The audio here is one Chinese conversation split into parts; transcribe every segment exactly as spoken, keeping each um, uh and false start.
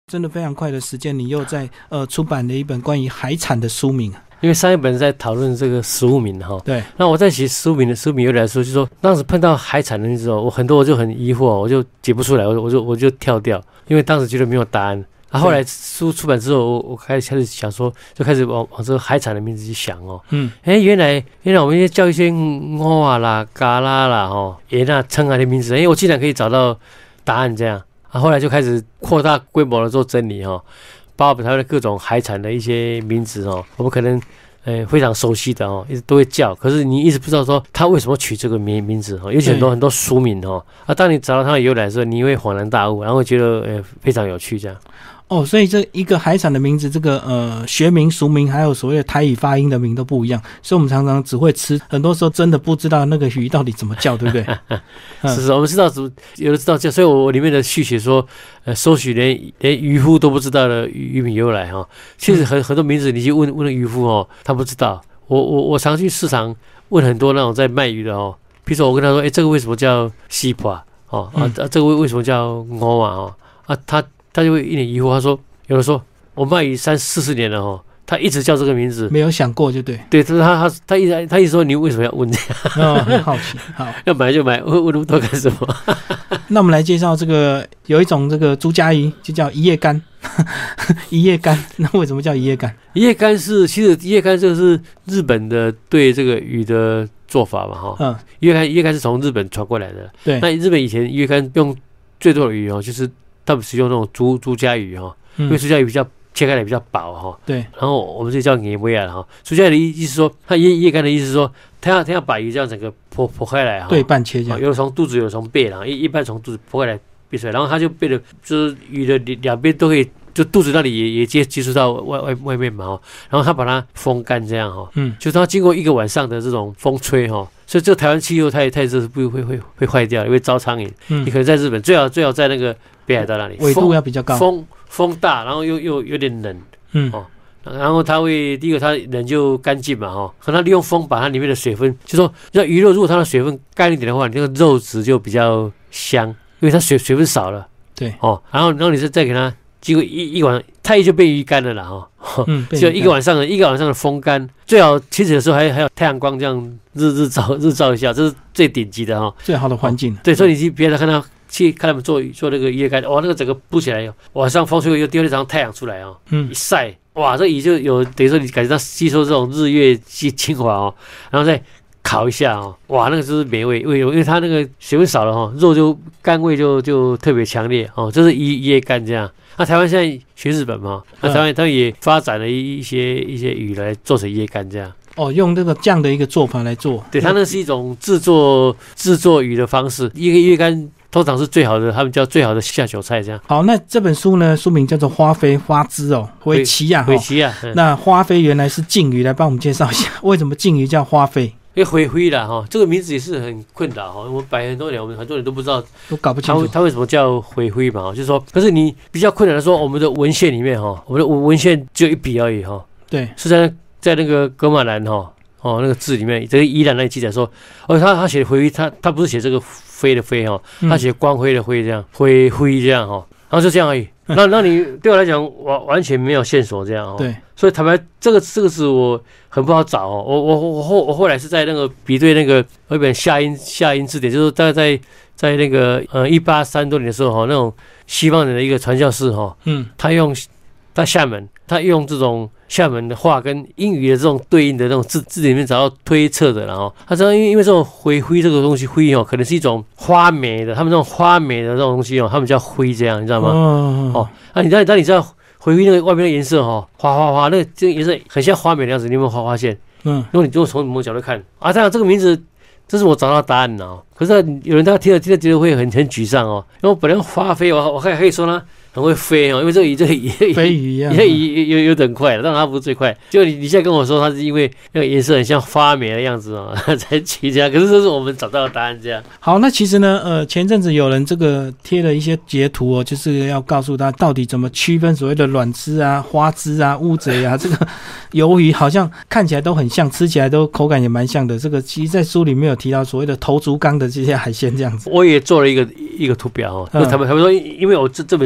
真的非常快的时间，你又在呃出版了一本关于海产的书名。 因为上一本在讨论这个食物名哈， 对， 那我在写食物名的食物名有来说，就说当时碰到海产的名字哦，我很多我就很疑惑，我就解不出来，我我就我就跳掉，因为当时觉得没有答案。啊，后来书出版之后，我我开始开始想说，就开始往往这个海产的名字去想哦，嗯，哎，原来原来我们叫一些蚵啊啦、蛤啦啦、哦、盐啊、称啊的名字，哎，我竟然可以找到答案这样。啊，后来就开始扩大规模的做整理哈、哦，包括台湾的各种海产的一些名字哦，我们可能呃非常熟悉的哦，一直都会叫，可是你一直不知道说他为什么取这个名名字哦，尤其很多很多书名哦，啊，当你找到它的由来的时候，你会恍然大悟，然后觉得呃非常有趣这样。 哦，所以这一个海产的名字，这个呃学名、俗名，还有所谓的台语发音的名都不一样，所以我们常常只会吃，很多时候真的不知道那个鱼到底怎么叫，对不对？ 嗯、是是，我们知道怎么，有的知道叫，所以我里面的序写说，呃，搜取连连渔夫都不知道的渔名由来哈、哦，其实很很多名字你去问问渔夫哦，他不知道。我我我常去市场问很多那种在卖鱼的哦，比如说我跟他说，哎，这个为什么叫西瓜哦、嗯、啊？这个为为什么叫蚵啊？哦啊，他。他就会一脸疑惑，他说：“有人说我卖鱼三四十年了哦，他一直叫这个名字， 没有想过就对。 对，他他他他一直他一直说你为什么要问这样？ 哦，很好奇，好， 要买就买，问问那么多干什么？ 那我们来介绍这个，有一种这个竹荚鱼，就叫一叶干，一叶干。那为什么叫一叶干？ 一叶干是其实一叶干这是日本的对这个鱼的做法嘛哈。嗯，一叶干一叶干是从日本传过来的。对，那日本以前一叶干用最多的鱼哦，就是。他们使用那种竹竹荚鱼哈，因为竹荚鱼比较切开来比较薄哈。对。然后我们这叫野味啊哈。竹荚的意思是说，它叶叶干的意思是说，他要他要把鱼这样整个剖剖开来哈。 对半切这样。 有的从肚子，有的从背，然后一一般从肚子剖开来闭出来，然后它就变得就是鱼的两边都可以，就肚子那里也也接接触到外外外面嘛哈。然后他把它风干这样哈。嗯。就是它经过一个晚上的这种风吹哈。所以这台湾气候太太热，不会会会坏掉，因为招苍蝇。嗯，你可能在日本最好最好在那个北海道那里， 纬度要比较高， 风风大，然后又又有点冷。嗯哦，然后它会第一个它冷就干净嘛哈、哦，可它利用风把它里面的水分，就说像鱼肉如果它的水分干一点的话，你这个肉质就比较香，因为它水水分少了。对哦，然后然后你再再给它。经过一一晚，太阳就被鱼干了啦哈，嗯，就一个晚上的一个晚上的风干，最好起始的时候还还有太阳光这样日日照日照一下，这是最顶级的哈， 最好的环境、哦。 对，所以你去别人看到去看他们做做那个鱼干，哇，那个整个布起来，晚上风吹又第二天太阳出来哦，嗯，一晒，哇，这鱼就有等于说你感觉到吸收这种日月精华哦，然后再烤一下哦，哇，那个就是美味，因为因为它那个水分少了哈、哦，肉就干味就就特别强烈哦，这是鱼叶干这样。那、啊、台湾现在学日本嘛，那、啊、台湾他们也发展了一些一些鱼来做成叶干这样。 哦，用这个这样的一个做法来做。 对，它那是一种制作制作鱼的方式，一个叶干通常是最好的，他们叫最好的下酒菜这样。 好，那这本书呢，书名叫做《花飞花枝》哦，回旗呀， 回旗呀。 那花飞原来是鲭鱼，来帮我们介绍一下，为什么鲭鱼叫花飞？ 因为回灰啦哈，这个名字也是很困扰哈。我们摆很多年，我们很多人都不知道， 都搞不清楚它为什么叫回灰嘛。就是说，可是你比较困难的说，我们的文献里面哈，我们的文献只有一笔而已哈。对，是在在那个噶玛兰哈哦那个字里面，这个伊朗那里记载说，哦他他写回灰，他他不是写这个飞的飞哈，他写光辉的辉这样，灰灰这样哈，然后就这样而已。那那你对我来讲，完完全没有线索这样哦。对，所以坦白这个这个字我很不好找哦。我我我后我后来是在那个比对那个有一本夏音夏音字典，就是大概在在那个呃一八三多年的时候哈、哦，那种西方人的一个传教士哈、哦，嗯，他用他厦门，他用这种厦门的话跟英语的这种对应的那种字字里面找到推测的，然后他知道因为因为这种回灰这个东西灰哦，可能是一种花梅的，他们这种花梅的这种东西哦，他们叫灰这样，你知道吗？哦，哦啊，你知道当你知道回灰那个外面的颜色哈、哦，花花花，那个这个颜色很像花梅的样子，你有没有发现？嗯，如果你如果从某个角度看啊，当然这个名字。这是我找到答案了、哦，可是有人他听了听了觉得会很很沮丧哦，因为我本来花飞，我我还可以说呢很会飞哦，因为这个鱼这个鱼飞鱼一样， 也也有有点快了，但它不是最快。就你你现在跟我说它是因为那个颜色很像花梅的样子哦，才取这样。可是这是我们找到的答案这样。 好，那其实呢，呃，前阵子有人这个贴了一些截图哦，就是要告诉他到底怎么区分所谓的卵汁啊、花枝啊、乌贼啊，这个鱿鱼好像看起来都很像，吃起来都口感也蛮像的。这个其实在书里面有提到所谓的头足纲的这些海鲜这样子。 我也做了一个一个图表哦，嗯、他们他们说，因为我这这本书是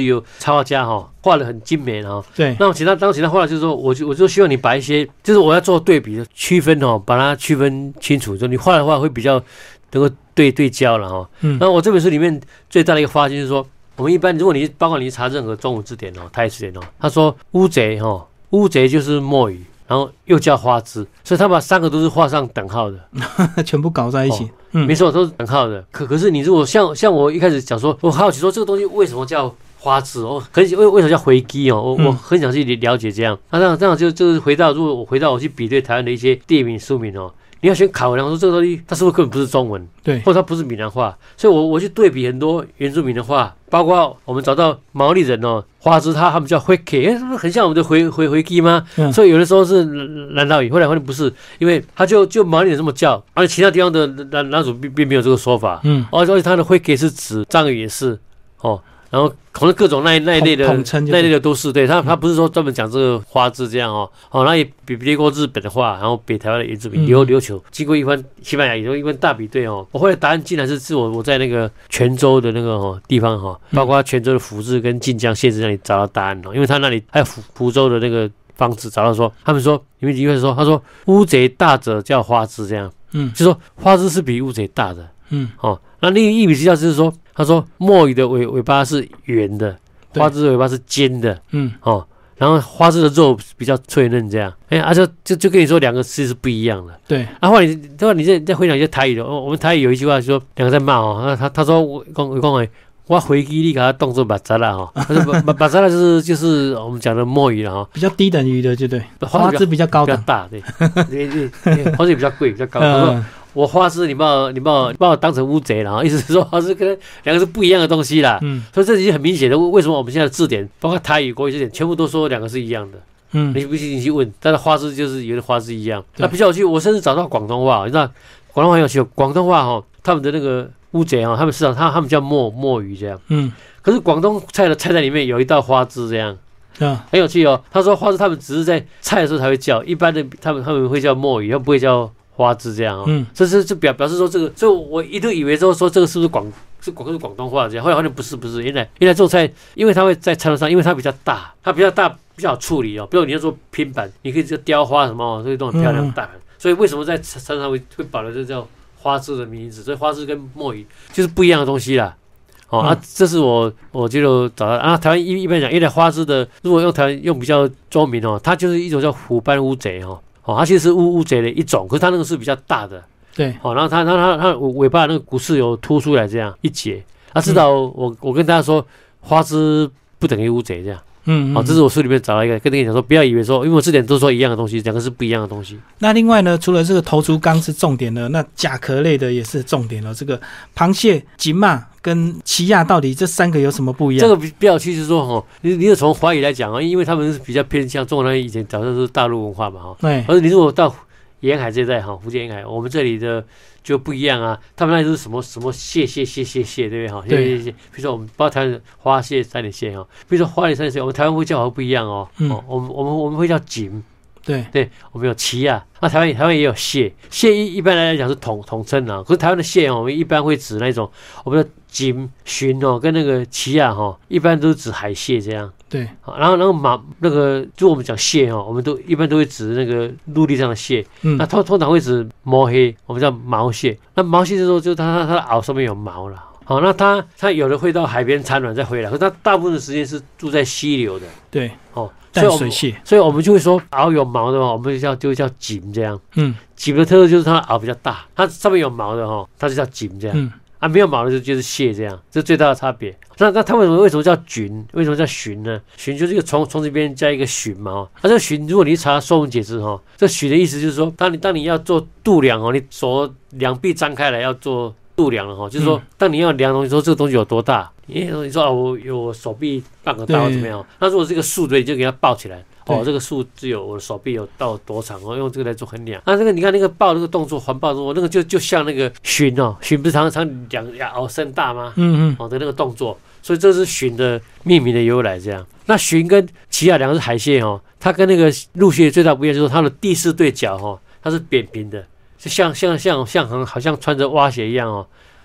有插画家哈画的很精美哈。 对， 那我请他当请他画的就是说，我就我就希望你把一些，就是我要做对比的区分哦，把它区分清楚，就你画的话会比较能够对对焦了哈。嗯，那我这本书里面最大的一个发现就是说，我们一般如果你包括你查任何中文字典哦、台语字典哦，他说乌贼哈，乌贼就是墨鱼。然后又叫花枝，所以他把三个都是画上等号的， 全部搞在一起。哦嗯、没错，都是等号的。可可是你如果像像我一开始讲说，我好奇说这个东西为什么叫花枝哦，很为为什么叫回基哦，我、嗯、我很想去了解这样。那、啊、这样这样就就是回到，如果我回到我去比对台湾的一些地名书名哦。你要先考量说这个东西，它是不是根本不是中文， 对， 或者它不是闽南话，所以我我去对比很多原住民的话，包括我们找到毛利人哦，花枝他他们叫回 K， 哎，是不是很像我们的回回回基吗？嗯、所以有的时候是南岛语，后来发现不是，因为他就就毛利人这么叫，而且其他地方的南南族并并没有这个说法，嗯，而且他的回 K 是指藏语也是哦。然后可能各种那那一类的那一类的都是对他，他不是说专门讲这个花枝这样哦，哦，那也比比过日本的话，然后北台湾的原住民琉琉球，经过一番西班牙以后一番大比对哦，我后来答案竟然是是我我在那个泉州的那个哦地方哈，包括泉州的府治跟晋江县治那里找到答案哦，因为他那里还有福福州的那个方子找到说，他们说你们因为说他说乌贼大者叫花枝这样，嗯，就说花枝是比乌贼大的，嗯，哦，那另一笔之下就是说。他说墨鱼的尾尾巴是圆的，花枝的尾巴是尖的，嗯，哦，然后花枝的肉比较脆嫩，这样，哎、欸，啊就就就跟你说两个字是不一样的， 对。 啊，后来你，后来你再再回想一些台语的，哦，我们台语有一句话说两个在骂哦，那他他说我讲我讲哎，我回击你给他动作把扎了哈，他说把把扎了就是就是我们讲的墨鱼了哈， 比较低等鱼的，就对，花枝比较高， 比较大，对，对对，花枝比较贵，比较高。他说我花枝，你把我你把我把我当成乌贼了啊！意思是说花枝跟两个是不一样的东西啦。嗯，所以这已经很明显的，为什么我们现在的字典，包括台语、国语字典，全部都说两个是一样的。嗯，你不信你去问，但是花枝就是有的花枝一样。那比较有趣，我甚至找到广东话，你知道广东话很有趣，广东话哈、哦，他们的那个乌贼哈、哦，他们市场他他们叫墨墨鱼这样。嗯，可是广东菜的菜单里面有一道花枝这样。啊，很有趣哦。他说花枝他们只是在菜的时候才会叫，一般的他们他们会叫墨鱼，他们不会叫花枝这样哦。嗯，这是就表表示说这个，所以我一度以为说说这个是不是广是广是广东话这样，后来发现不是不是，原来原来做菜，因为它会在餐桌上，因为它比较大，它比较大比较好处理哦。比如你要做拼盘，你可以就雕花什么，这些都很漂亮大盘。所以为什么在餐桌上会会保留这叫花枝的名字？所以花枝跟墨鱼就是不一样的东西啦。哦、啊，这是我我觉得找到啊。台湾一一般讲，因为花枝的，如果用台湾用比较中文名哦，它就是一种叫虎斑乌贼哦，哦，它其实是乌乌贼的一种，可是它那个是比较大的， 对， 哦，然后它它它它尾巴那个骨刺有凸出来这样一截，啊，知道我我跟大家说，花枝不等于乌贼这样。嗯，好、哦，这是我书里面找到一个，跟你讲说，不要以为说，因为我之前都说一样的东西，两个是不一样的东西。 那另外呢，除了这个头足纲是重点的，那甲壳类的也是重点了。这个螃蟹、锦马跟奇亚到底这三个有什么不一样？ 这个比较其实说哈，你你是从华语来讲啊，因为他们是比较偏向中国人以前早上是大陆文化嘛哈。对。而你如果到沿海这一带哈，福建沿海，我们这里的就不一样啊。他们那都是什么什么蟹蟹蟹蟹蟹，对不对哈？对对对。比如说我们包括台湾花蟹、三点蟹哈，比如说花蟹、三点蟹，我们台湾会叫好不一样哦。嗯。哦、我们我们我们会叫锦。 对对，我们有旗啊，那台湾台湾也有蟹，蟹一一般来讲是统统称啊，可是台湾的蟹哦，我们一般会指那种我们的锦、鲟哦，跟那个旗啊哈，一般都是指海蟹这样。 对， 然后然后马那个就我们讲蟹哈，我们都一般都会指那个陆地上的蟹，嗯，那通通常会指毛蟹，我们叫毛蟹。那毛蟹的时候，就它它它的螯上面有毛了。好，那它它有的会到海边产卵再回来，可是它大部分的时间是住在溪流的。 对， 哦。 淡水蟹， 所以我们就会说螯有毛的话，我们就叫就叫锦这样。嗯，锦的特色就是它的螯比较大，它上面有毛的哈，它就叫锦这样。嗯，啊没有毛的就就是蟹这样，这是最大的差别。那那它为什么为什么叫菌？为什么叫鲟呢？鲟就是一个虫虫字边加一个鲟嘛哈。那、啊、这个鲟，如果你查《说文解字》哈，这鲟的意思就是说，当你当你要做度量哦，你手两臂张开来要做度量了哈，就是说，当你要量东西，说这个东西有多大。因为你说啊，我有我手臂半个大或怎么样？那如果这个树对，你就给它抱起来。哦，这个树只有我的手臂有到多长，我用这个来做衡量。那这个你看那个抱那个动作，环抱动作，那个就就像那个鲟哦，鲟不是常常两两螯伸大吗？嗯嗯，哦的那个动作，所以这是鲟的命名的由来。这样，那鲟跟奇亚两个是海蟹哦，它跟那个陆蟹最大不一样就是它的第四对角哈、哦，它是扁平的，就像像像像好像穿着蛙鞋一样哦。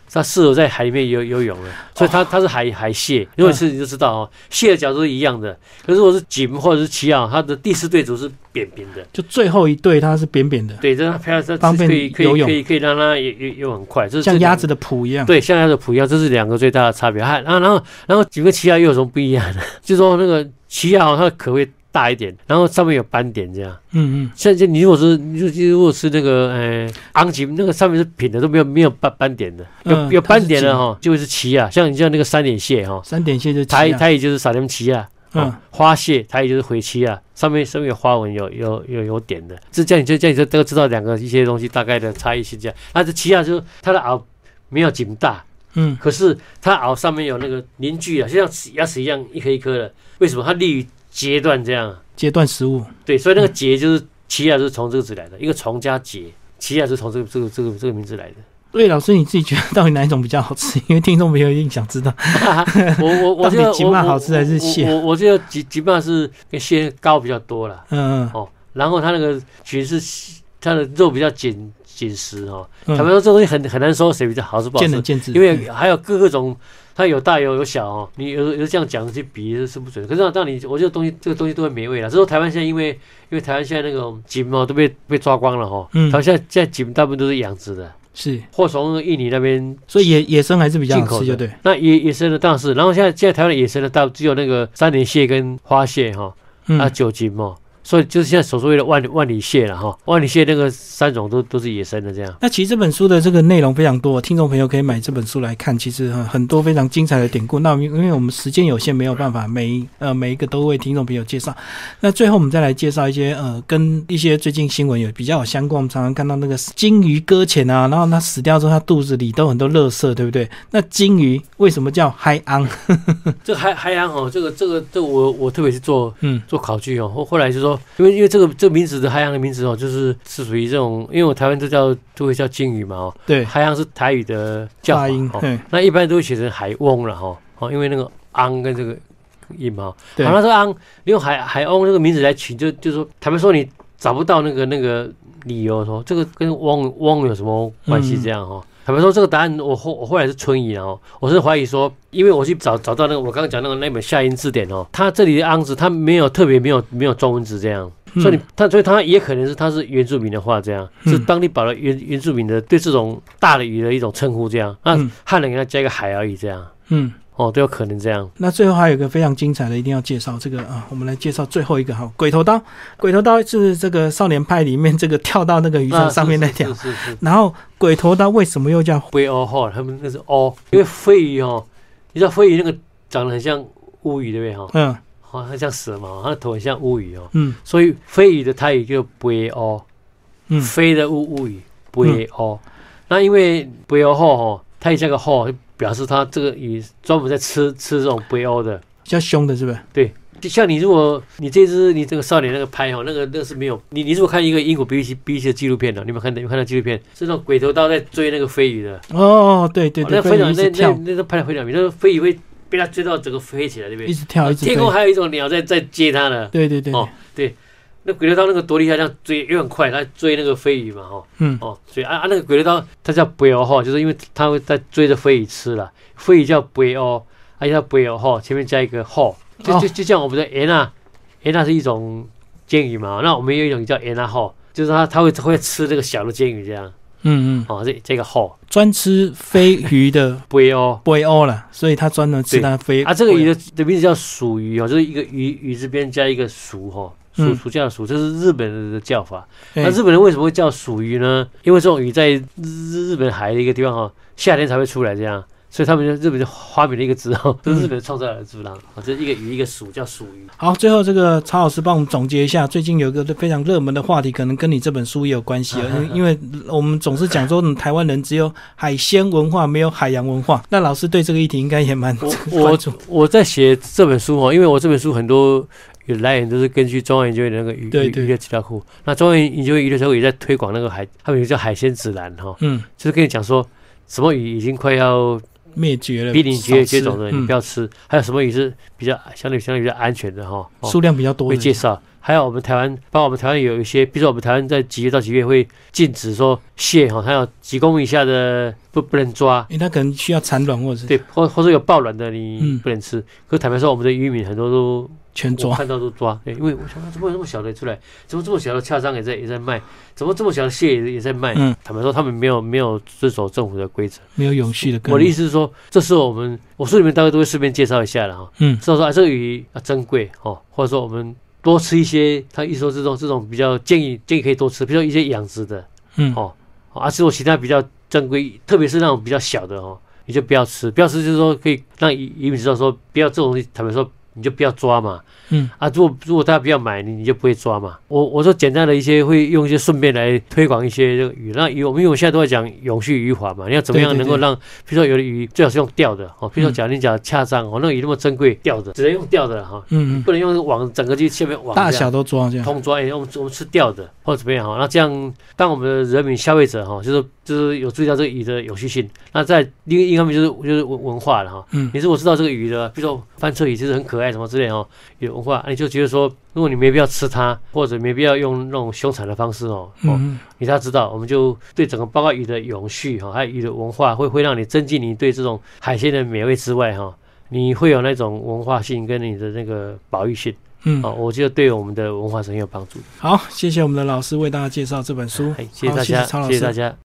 它适合在海里面游游泳的，所以它它是海海蟹。如果是你就知道哦，蟹的角度是一样的。可是如果是锦或者是奇昂，它的第四对足是扁扁的， 就最后一对它是扁扁的。 对，这它漂它方便游泳， 可以可以让它游游游很快，就是像鸭子的蹼一样。 对，像鸭子的蹼一样，这是两个最大的差别。还然后然后然后锦跟奇昂又有什么不一样呢？就是说那个奇昂它的壳会大一点，然后上面有斑点这样。嗯嗯，像就你如果是你如果是那个呃昂吉那个上面是平的，都没有没有斑斑点的，有、嗯、有斑点的哈，就会是奇亚，像你像那个三点蟹哈， 三点蟹就台台语就是撒点奇亚，嗯，花蟹台语就是回奇亚，上面上面有花纹有有有有点的，这这样你就这样你就都知道两个一些东西大概的差异性这样。那这奇亚就是它的螯没有锦大。嗯，可是它螯上面有那个凝聚啊，就像牙齿一样一颗一颗的。为什么它利于截断这样？ 截断食物。对， 所以那个节就是奇亚，就是从这个字来的，一个虫加节，奇亚是从这个这个这个这个名字来的。 所以老师你自己觉得到底哪一种比较好吃？因为听众朋友一定想知道。 我我我觉得吉骂好吃还是蟹？ 我我觉得吉吉骂是跟蟹膏比较多啦。嗯嗯。哦，然后它那个其实是它的肉比较紧。紧实哈，坦白说这东西很很难说谁比较好是不好吃， 见仁见智， 因为还有各个种，它有大有有小哦，你有有这样讲去比是不准。可是让你，我觉得东西这个东西都会美味啦。只是说台湾现在因为因为台湾现在那种锦哦都被被抓光了哈，嗯，台湾现在现在锦大部分都是养殖的，是或从印尼那边， 所以野野生还是比较好吃，就对。 那野野生的当然是，然后现在现在台湾的野生的大只有那个三点蟹跟花蟹哈，啊九锦哦。所以就是现在所谓的万万里蟹了哈，万里蟹那个三种都都是野生的这样。 那其实这本书的这个内容非常多，听众朋友可以买这本书来看，其实很多非常精彩的典故。那因为我们时间有限，没有办法每呃每一个都为听众朋友介绍。那最后我们再来介绍一些呃跟一些最近新闻有比较有相关，我们常常看到那个鲸鱼搁浅啊，然后它死掉之后，它肚子里都很多垃圾，对不对？那鲸鱼为什么叫海昂？ 这个海海昂哦，这个这个这个我我特别去做嗯做考据哦，后后来就说。因为因为这个这个名字的海洋的名字哦，就是是属于这种，因为我台湾都叫都会叫鲸鱼嘛哦，对，海洋是台语的叫法音，哦，那一般都会写成海翁了哈，哦，因为那个昂跟这个音嘛，对，好，那这个昂你用海海翁这个名字来取，就就是说，坦白说你找不到那个那个理由说这个跟翁翁有什么关系这样哈。嗯，坦白说，这个答案我后我后来是存疑哦，我是怀疑说，因为我去找找到那个我刚刚讲那个那本夏音字典哦，它这里的昂字它没有特别没有没有中文字这样，嗯，所以你它所以它也可能是它是原住民的话这样，嗯，是当地保了原原住民的对这种大的鱼的一种称呼这样，那汉人给它加一个海而已这样，嗯。哦，都有可能这样。 那最后还有一个非常精彩的，一定要介绍这个啊，我们来介绍最后一个哈，鬼头刀。鬼头刀是这个少年派里面这个跳到那个渔船上面那条，啊，是是是是。然后鬼头刀为什么又叫龟鸥哈？他们那是鸥，因为飞鱼哦，你知道飞鱼那个长得很像乌鱼对不对哈？嗯，好，它像蛇嘛，它的头很像乌鱼哦。嗯，所以飞鱼的台语叫龟鸥，嗯，飞的乌乌鱼龟鸥。那因为龟鸥哈，它也加个号。表示它这个鱼专门在吃吃这种龟鸥的， 比较凶的是不是？ 对，就像你如果你这只你这个少年那个拍哦，那个那个是没有你你如果看一个英国 B B C B B C 的纪录片呢，你有没有看到？有看到纪录片是那种鬼头刀在追那个飞鱼的哦，对对对， 那飞鸟那那那都拍了飞鸟，那个飞鱼会被它追到整个飞起来，对不对？ 一直跳，一直天空还有一种鸟在在接它的， 对对对， 哦对。那鬼头刀那个多厉害，这样追又很快，他追那个飞鱼嘛，哈，嗯，哦，所以啊啊那个鬼头刀它叫龟鸥哈，就是因为它会在追着飞鱼吃了，飞鱼叫龟鸥，而且叫龟鸥哈，前面加一个号，就就就像我们的雁啊，雁啊是一种煎鱼嘛，那我们有一种叫雁啊号，就是它它会会吃这个小的煎鱼这样，嗯嗯，哦这这个号专吃飞鱼的龟鸥龟鸥了，所以它专门吃它飞啊这个鱼的的名字叫鼠鱼哦，就是一个鱼鱼这边加一个鼠哈。属属叫鼠，这是日本人的叫法。那日本人为什么会叫鼠鱼呢？因为这种鱼在日日本海的一个地方哈，夏天才会出来这样，所以他们就日本就发明了一个字哦，这是日本创造的字啦。啊，这一个鱼一个鼠叫鼠鱼。 好，最后这个曹老师帮我们总结一下，最近有一个非常热门的话题，可能跟你这本书也有关系啊。因为我们总是讲说，台湾人只有海鲜文化，没有海洋文化。那老师对这个议题应该也蛮关注。 我我在写这本书哦，因为我这本书很多。有来源都是根据中央研究院的那个渔渔业资料库，那中央研究院渔业资料库也在推广那个海，他们有个叫海鲜指南哈，嗯，就是跟你讲说什么鱼已经快要灭绝了， 濒临绝绝种的，你不要吃，还有什么鱼是比较相对相对比较安全的哈， 数量比较多， 会介绍， 还有我们台湾，包括我们台湾有一些，比如说我们台湾在几月到几月会禁止说蟹哈，它有几公以下的不不能抓， 因为它可能需要产卵或者是对，或或者有爆卵的你不能吃。嗯、可是坦白说，我们的渔民很多都全抓， 看到都抓，对，因为我想怎么有这么小的出来，怎么这么小的洽商也在也在卖，怎么这么小的蟹也也在卖？嗯，坦白说，他们没有没有遵守政府的规则， 没有永续的。 我的意思是说，这时候我们我书里面大概都会顺便介绍一下了哈。嗯，至少说啊，这个鱼啊珍贵哦，或者说我们多吃一些，他意思说这种这种比较建议建议可以多吃，比如说一些养殖的，嗯哦，啊，如果其他比较珍贵，特别是那种比较小的哦，你就不要吃，不要吃就是说可以让渔渔民知道说，不要这种东西，坦白说。你就不要抓嘛，嗯啊，如果如果大家不要买，你你就不会抓嘛。我我说简单的一些会用一些顺便来推广一些这个鱼，那鱼我们因为我现在都在讲永续渔法嘛，你要怎么样能够让，比如说有的鱼最好是用钓的哦，比如说假如你讲洽商哦，那个鱼那么珍贵，钓的只能用钓的哈，嗯，不能用网整个去下面网大小都抓这样， 通抓，我们我们吃钓的或者怎么样哈，那这样当我们的人民消费者哈，就是就是有注意到这个鱼的有序性，那在另一方面就是就是文文化了哈，嗯，你如果知道这个鱼的，比如说翻车鱼就是很可爱什么之类哦。有文化，你就觉得说，如果你没必要吃它，或者没必要用那种凶残的方式哦，哦，你要知道，我们就对整个包括鱼的永续哈，还有鱼的文化，会会让你增进你对这种海鲜的美味之外哈，你会有那种文化性跟你的那个保育性，嗯，哦，我觉得对我们的文化是很有帮助。 好，谢谢我们的老师为大家介绍这本书， 谢谢大家，谢谢大家。